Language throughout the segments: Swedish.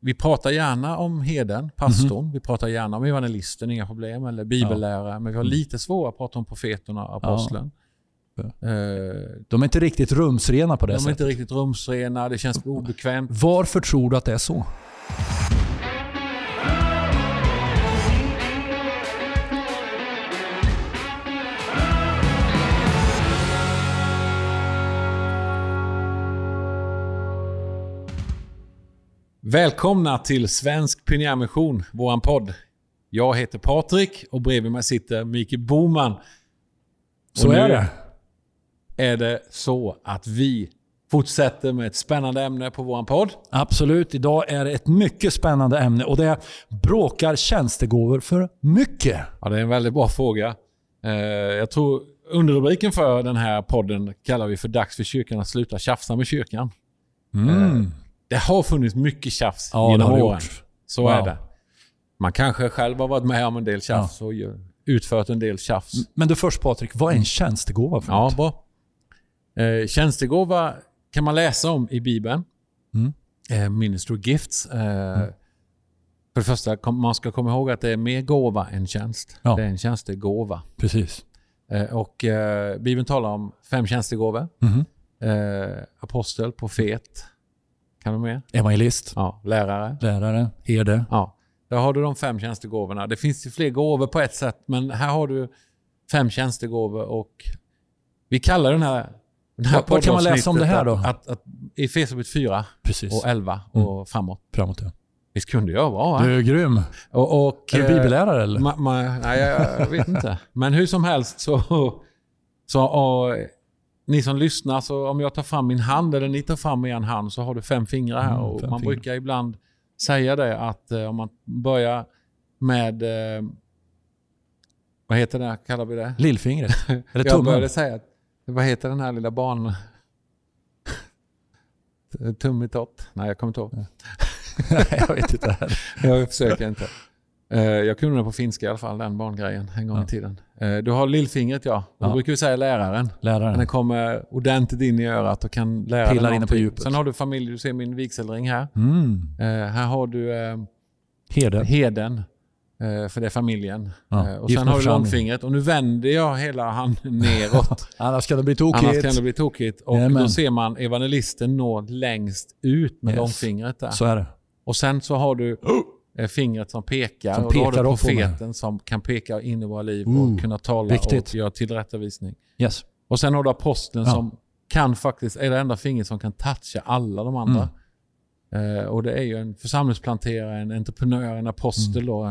vi pratar gärna om herden, pastorn. Vi pratar gärna om evangelisten, inga problem. Eller bibellärare. Men vi har lite svårt att prata om profeterna, apostlen. De är inte riktigt rumsrena på det sättet. De är inte riktigt rumsrena. Det känns obekvämt. Varför tror du att det är så? Välkomna till Svensk Pionjärmission, våran podd. Jag heter Patrik och bredvid mig sitter Mikael Boman. Så är det. Är det så att vi fortsätter med ett spännande ämne på våran podd? Absolut, idag är det ett mycket spännande ämne och det är: bråkar tjänstegåvor för mycket? Ja, det är en väldigt bra fråga. Jag tror underrubriken för den här podden kallar vi för Dags för kyrkan att sluta tjafsa med kyrkan. Det har funnits mycket tjafs genom åren. Så är det. Man kanske själv har varit med om en del tjafs och utfört en del tjafs. Men du först Patrik, vad är en tjänstegåva för något? Ja, bra. Tjänstegåva kan man läsa om i Bibeln. Ministry gifts. För det första, man ska komma ihåg att det är mer gåva än tjänst. Ja. Det är en tjänstegåva. Precis. Och Bibeln talar om 5 tjänstegåvor. Apostel, profet. Kan du med? Evangelist. Ja, lärare, herde. Ja, där har du de 5 tjänstegåvorna. Det finns ju fler gåvor på ett sätt, men här har du 5 tjänstegåvor och vi kallar den här Vad kan man läsa om det här då? Att Efesierbrevet 4 Precis. och 11 och framåt. Ja. Visst kunde jag vara, va? Du är grym. Och, är du bibellärare eller? Nej, jag vet inte. Men hur som helst så ni som lyssnar, så om jag tar fram min hand eller ni tar fram er hand så har du 5 fingrar här. Och man brukar ibland säga det att om man börjar med vad heter det? Kallar vi det? Lillfingret. Eller tummen. Jag började säga att, vad heter den här lilla barn... Tummetott? Nej, jag kommer inte ihåg. Nej, jag vet inte. Jag försöker inte. Jag kunde det på finska i alla fall, den barngrejen en gång i tiden. Du har lillfingret, Då brukar vi säga läraren. Den kommer ordentligt in i örat och kan lära pillar dig inne på djupet. Sen har du familj, du ser min vigselring här. Här har du herden. För det är familjen. Och sen har du långfingret. Och nu vänder jag hela handen neråt. Annars kan det bli tokigt. Och då ser man evangelisten nå längst ut med långfingret där. Så är det. Och sen så har du fingret som pekar. Och då har du profeten som kan peka in i våra liv och kunna tala och göra tillrättavisning. Yes. Och sen har du aposteln som kan faktiskt, är det enda fingret som kan toucha alla de andra. Och det är ju en församlingsplanterare, en entreprenör, en apostel och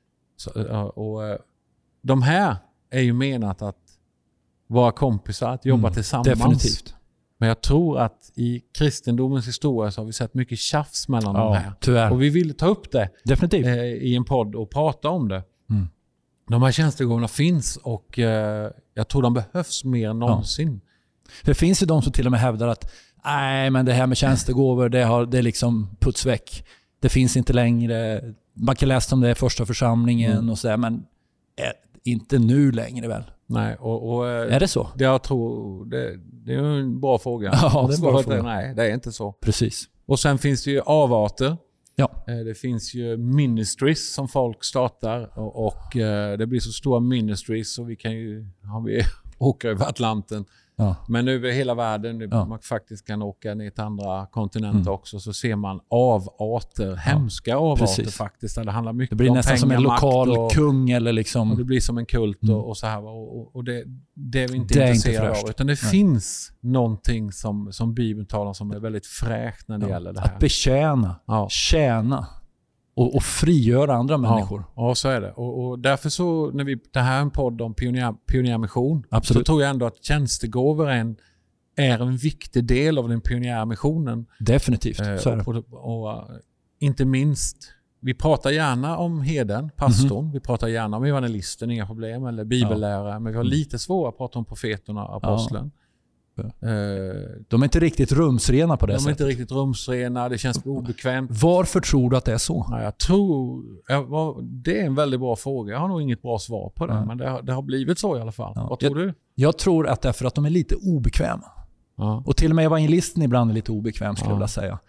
de här är ju menat att vara kompisar, att jobba tillsammans. Definitivt. Men jag tror att i kristendomens historia så har vi sett mycket tjafs mellan de här. Tyvärr. Och vi vill ta upp det i en podd och prata om det. De här tjänstegåvorna finns och jag tror de behövs mer än någonsin. Det finns ju de som till och med hävdar att nej, men det här med tjänstegåvor, det är liksom puts väck. Det finns inte längre. Man kan läsa om det i första församlingen och sådär, men inte nu längre väl. Nej, och är det så? Jag tror det är en bra fråga. Ja, det är en bra fråga. Nej, det är inte så. Precis. Och sen finns det ju avarter. Ja. Det finns ju ministries som folk startar och det blir så stora ministries så vi åka över Atlanten. Ja. Men över hela världen, man faktiskt kan åka ner till andra kontinenter också, så ser man avarter, hemska avarter faktiskt. Där det handlar mycket om pengar, det blir nästan som en lokal kung eller liksom. Och det blir som en kult och så här. Och det är vi inte intresserade av. Utan det finns någonting som Bibeln talar om som är väldigt fräscht när det gäller det här. Att betjäna, tjäna. Och frigöra andra människor. Ja, så är det. Och därför så, när det här är en podd om pionjärmission, absolut, så tror jag ändå att tjänstegåvor är en viktig del av den pionjärmissionen. Definitivt, så är det. Och inte minst, vi pratar gärna om herden, pastorn, vi pratar gärna om evangelisten, inga problem, eller bibellärare, men vi har lite svårare att prata om profeterna, apostlen. De är inte riktigt rumsrena på det sättet. De är inte riktigt rumsrena, det känns obekvämt. Varför tror du att det är så? Ja, jag tror, det är en väldigt bra fråga. Jag har nog inget bra svar på det, men det har blivit så i alla fall. Vad tror du? Jag tror att det är för att de är lite obekväma. Och till och med evangelisten ibland är lite obekväm, skulle jag vilja säga.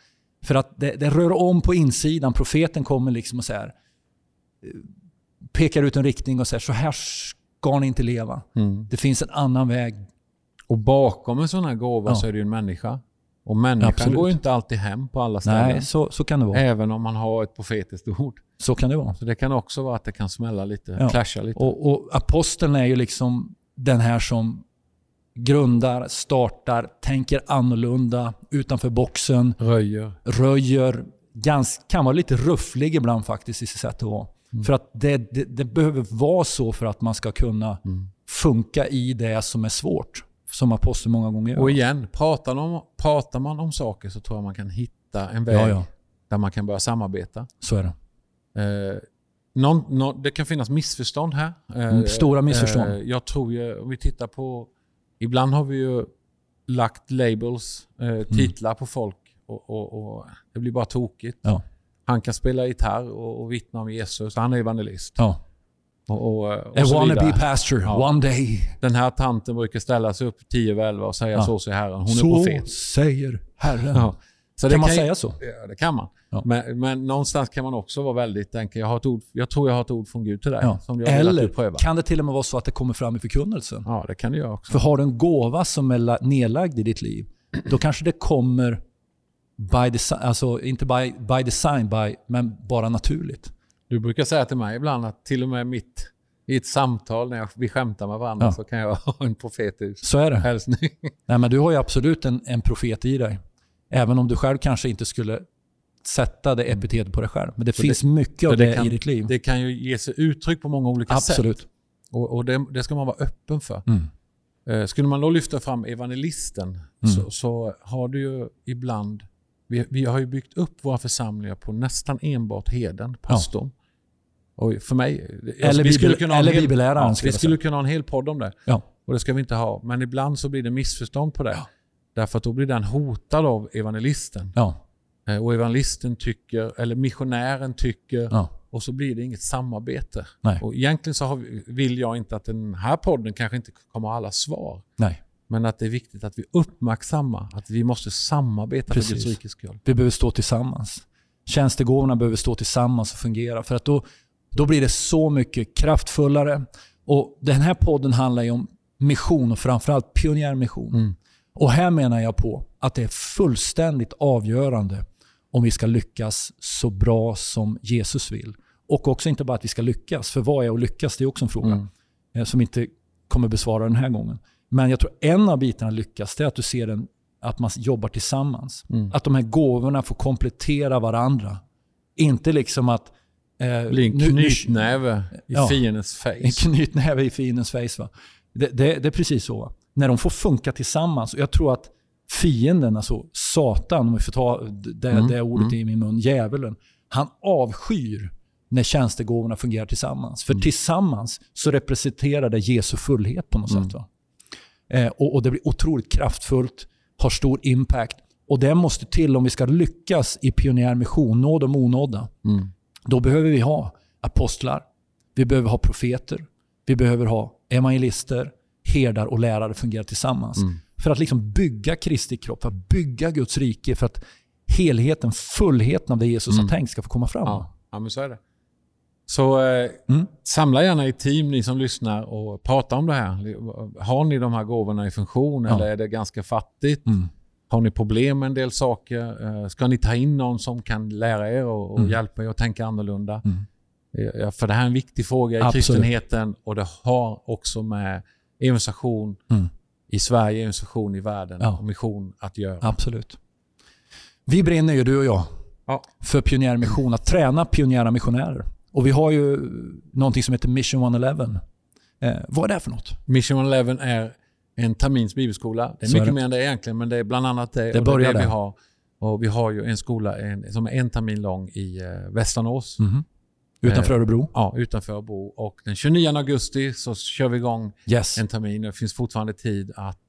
För att det rör om på insidan. Profeten kommer liksom och så här, pekar ut en riktning och säger så här ska ni inte leva. Det finns en annan väg. Och bakom en sån här gåva så är det ju en människa. Och människan går ju inte alltid hem på alla ställen. Nej, så kan det vara. Även om man har ett profetiskt ord. Så kan det vara. Så det kan också vara att det kan smälla lite, clasha lite. Och aposteln är ju liksom den här som grundar, startar, tänker annorlunda, utanför boxen. Röjer. Kan vara lite rufflig ibland faktiskt i sitt sätt att vara. För att det behöver vara så för att man ska kunna funka i det som är svårt. Som aposteln många gånger gör. Och igen, pratar man om saker så tror jag man kan hitta en väg där man kan börja samarbeta. Så är det. Det kan finnas missförstånd här. Stora missförstånd. Jag tror ju, om vi tittar på, ibland har vi ju lagt labels, titlar på folk och det blir bara tokigt. Ja. Han kan spela gitarr och vittna om Jesus. Han är evangelist. Ja. Och I wanna be pastor one day. Den här tanten brukar ställa sig upp 10-11 och säga så säger Herren. Hon så är profet. Säger Herren. Ja. Så kan man säga så? Ja, det kan man. Ja. Men någonstans kan man också vara väldigt tänka, jag tror jag har ett ord från Gud till dig. Ja. Som jag vill att du prövar. Kan det till och med vara så att det kommer fram i förkunnelsen? Ja, det kan det göra också. För har du en gåva som är nedlagd i ditt liv, då kanske det kommer by design, alltså inte by design, men bara naturligt. Du brukar säga till mig ibland att till och med i ett samtal när vi skämtar med varandra så kan jag ha en profetus. Så är det. Hälsning. Nej, men du har ju absolut en profet i dig. Även om du själv kanske inte skulle sätta det epitetet på dig själv. Men det finns mycket av det i ditt liv. Det kan ju ge sig uttryck på många olika sätt. Absolut. Och det ska man vara öppen för. Skulle man då lyfta fram evangelisten så har du ju ibland... Vi har ju byggt upp våra församlingar på nästan enbart heden, pastorn. Och för mig... bibelläraren. Vi skulle kunna ha en hel podd om det. Ja. Och det ska vi inte ha. Men ibland så blir det missförstånd på det. Ja. Därför att då blir den hotad av evangelisten. Ja. Och evangelisten tycker, eller missionären tycker, och så blir det inget samarbete. Nej. Och egentligen så vill jag inte att den här podden kanske inte kommer ha alla svar. Nej. Men att det är viktigt att vi uppmärksammar att vi måste samarbeta för Guds rikes skull. Vi behöver stå tillsammans. Tjänstegåvorna behöver stå tillsammans och fungera. För att då blir det så mycket kraftfullare. Och den här podden handlar ju om mission och framförallt pionjärmission. Och här menar jag på att det är fullständigt avgörande om vi ska lyckas så bra som Jesus vill. Och också inte bara att vi ska lyckas. För vad är att lyckas? Det är också en fråga som inte kommer besvara den här gången. Men jag tror en av bitarna lyckas, det är att du ser att man jobbar tillsammans. Att de här gåvorna får komplettera varandra. Inte liksom att... bli en knytnäve i fiendens face. En knytnäve i fiendens face. Va? Det är precis så. När de får funka tillsammans. Och jag tror att fienden, alltså Satan, om vi får ta det ordet i min mun, djävulen, han avskyr när tjänstegåvorna fungerar tillsammans. För tillsammans så representerar det Jesu fullhet på något sätt. Va? Och det blir otroligt kraftfullt, har stor impact. Och det måste till om vi ska lyckas i pionjärmission, nå de onådda. Då behöver vi ha apostlar, vi behöver ha profeter, vi behöver ha evangelister, herdar och lärare fungera tillsammans. För att liksom bygga Kristi kropp, för att bygga Guds rike, för att helheten, fullheten av det Jesus har tänkt ska få komma fram. Ja, men så är det. Så samla gärna i team, ni som lyssnar, och prata om det här. Har ni de här gåvorna i funktion eller är det ganska fattigt? Har ni problem med en del saker? Ska ni ta in någon som kan lära er och hjälpa er att tänka annorlunda? För det här är en viktig fråga i kristenheten, och det har också med evangelisation i Sverige, evangelisation i världen och mission att göra. Absolut. Vi brinner ju, du och jag, för pionjärmission, att träna pionjära missionärer. Och vi har ju någonting som heter Mission 111. Vad är det för något? Mission 111 är en termins bibelskola. Det är mycket mer än det egentligen, men det är bland annat det. Det börjar det vi har. Och vi har ju en skola som är en termin lång i Västerås. Utanför Örebro? Ja, utanför Örebro. Och den 29 augusti så kör vi igång en termin. Det finns fortfarande tid att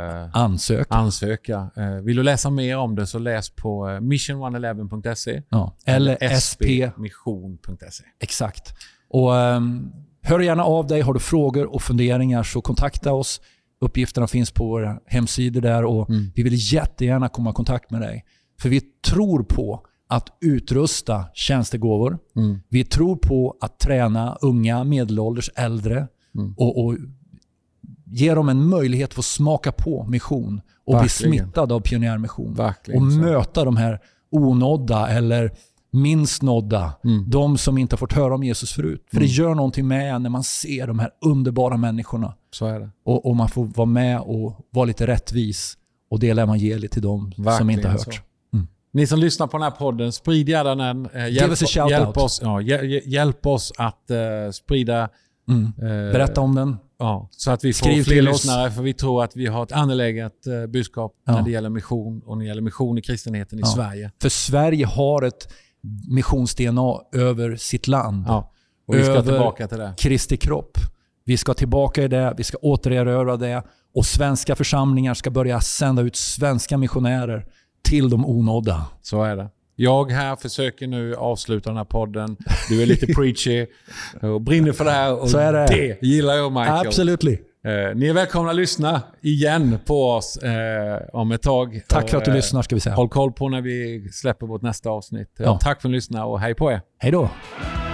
ansöka. Vill du läsa mer om det så läs på mission111.se eller spmission.se. Exakt. Och hör gärna av dig. Har du frågor och funderingar så kontakta oss. Uppgifterna finns på våra hemsidor där och vi vill jättegärna komma i kontakt med dig. För vi tror på att utrusta tjänstegåvor. Vi tror på att träna unga, medelålders, äldre och ge dem en möjlighet att få smaka på mission och bli smittad av pionjärmission. Och möta de här onådda eller minst nådda, de som inte har fått höra om Jesus förut. För det gör någonting med en när man ser de här underbara människorna. Så är det. Och man får vara med och vara lite rättvis och dela evangeliet till dem som inte har hört. Ni som lyssnar på den här podden, sprid gärna den. Hjälp oss att sprida. Berätta om den. Ja, så att vi får fler lyssnare, för vi tror att vi har ett angeläget budskap när det gäller mission och när det gäller mission i kristenheten i Sverige. För Sverige har ett missions-DNA över sitt land. Ja, och vi ska tillbaka till det. Kristi kropp. Vi ska tillbaka i det, vi ska återerövra det och svenska församlingar ska börja sända ut svenska missionärer till de onådda. Så är det. Jag här försöker nu avsluta den här podden. Du är lite preachy och brinner för det här. Och så är det. Det gillar jag, Michael. Absolutely. Ni är välkomna att lyssna igen på oss om ett tag. Tack för att du lyssnar, ska vi säga. Håll koll på när vi släpper vårt nästa avsnitt. Tack för att ni lyssnar och hej på er. Hej då.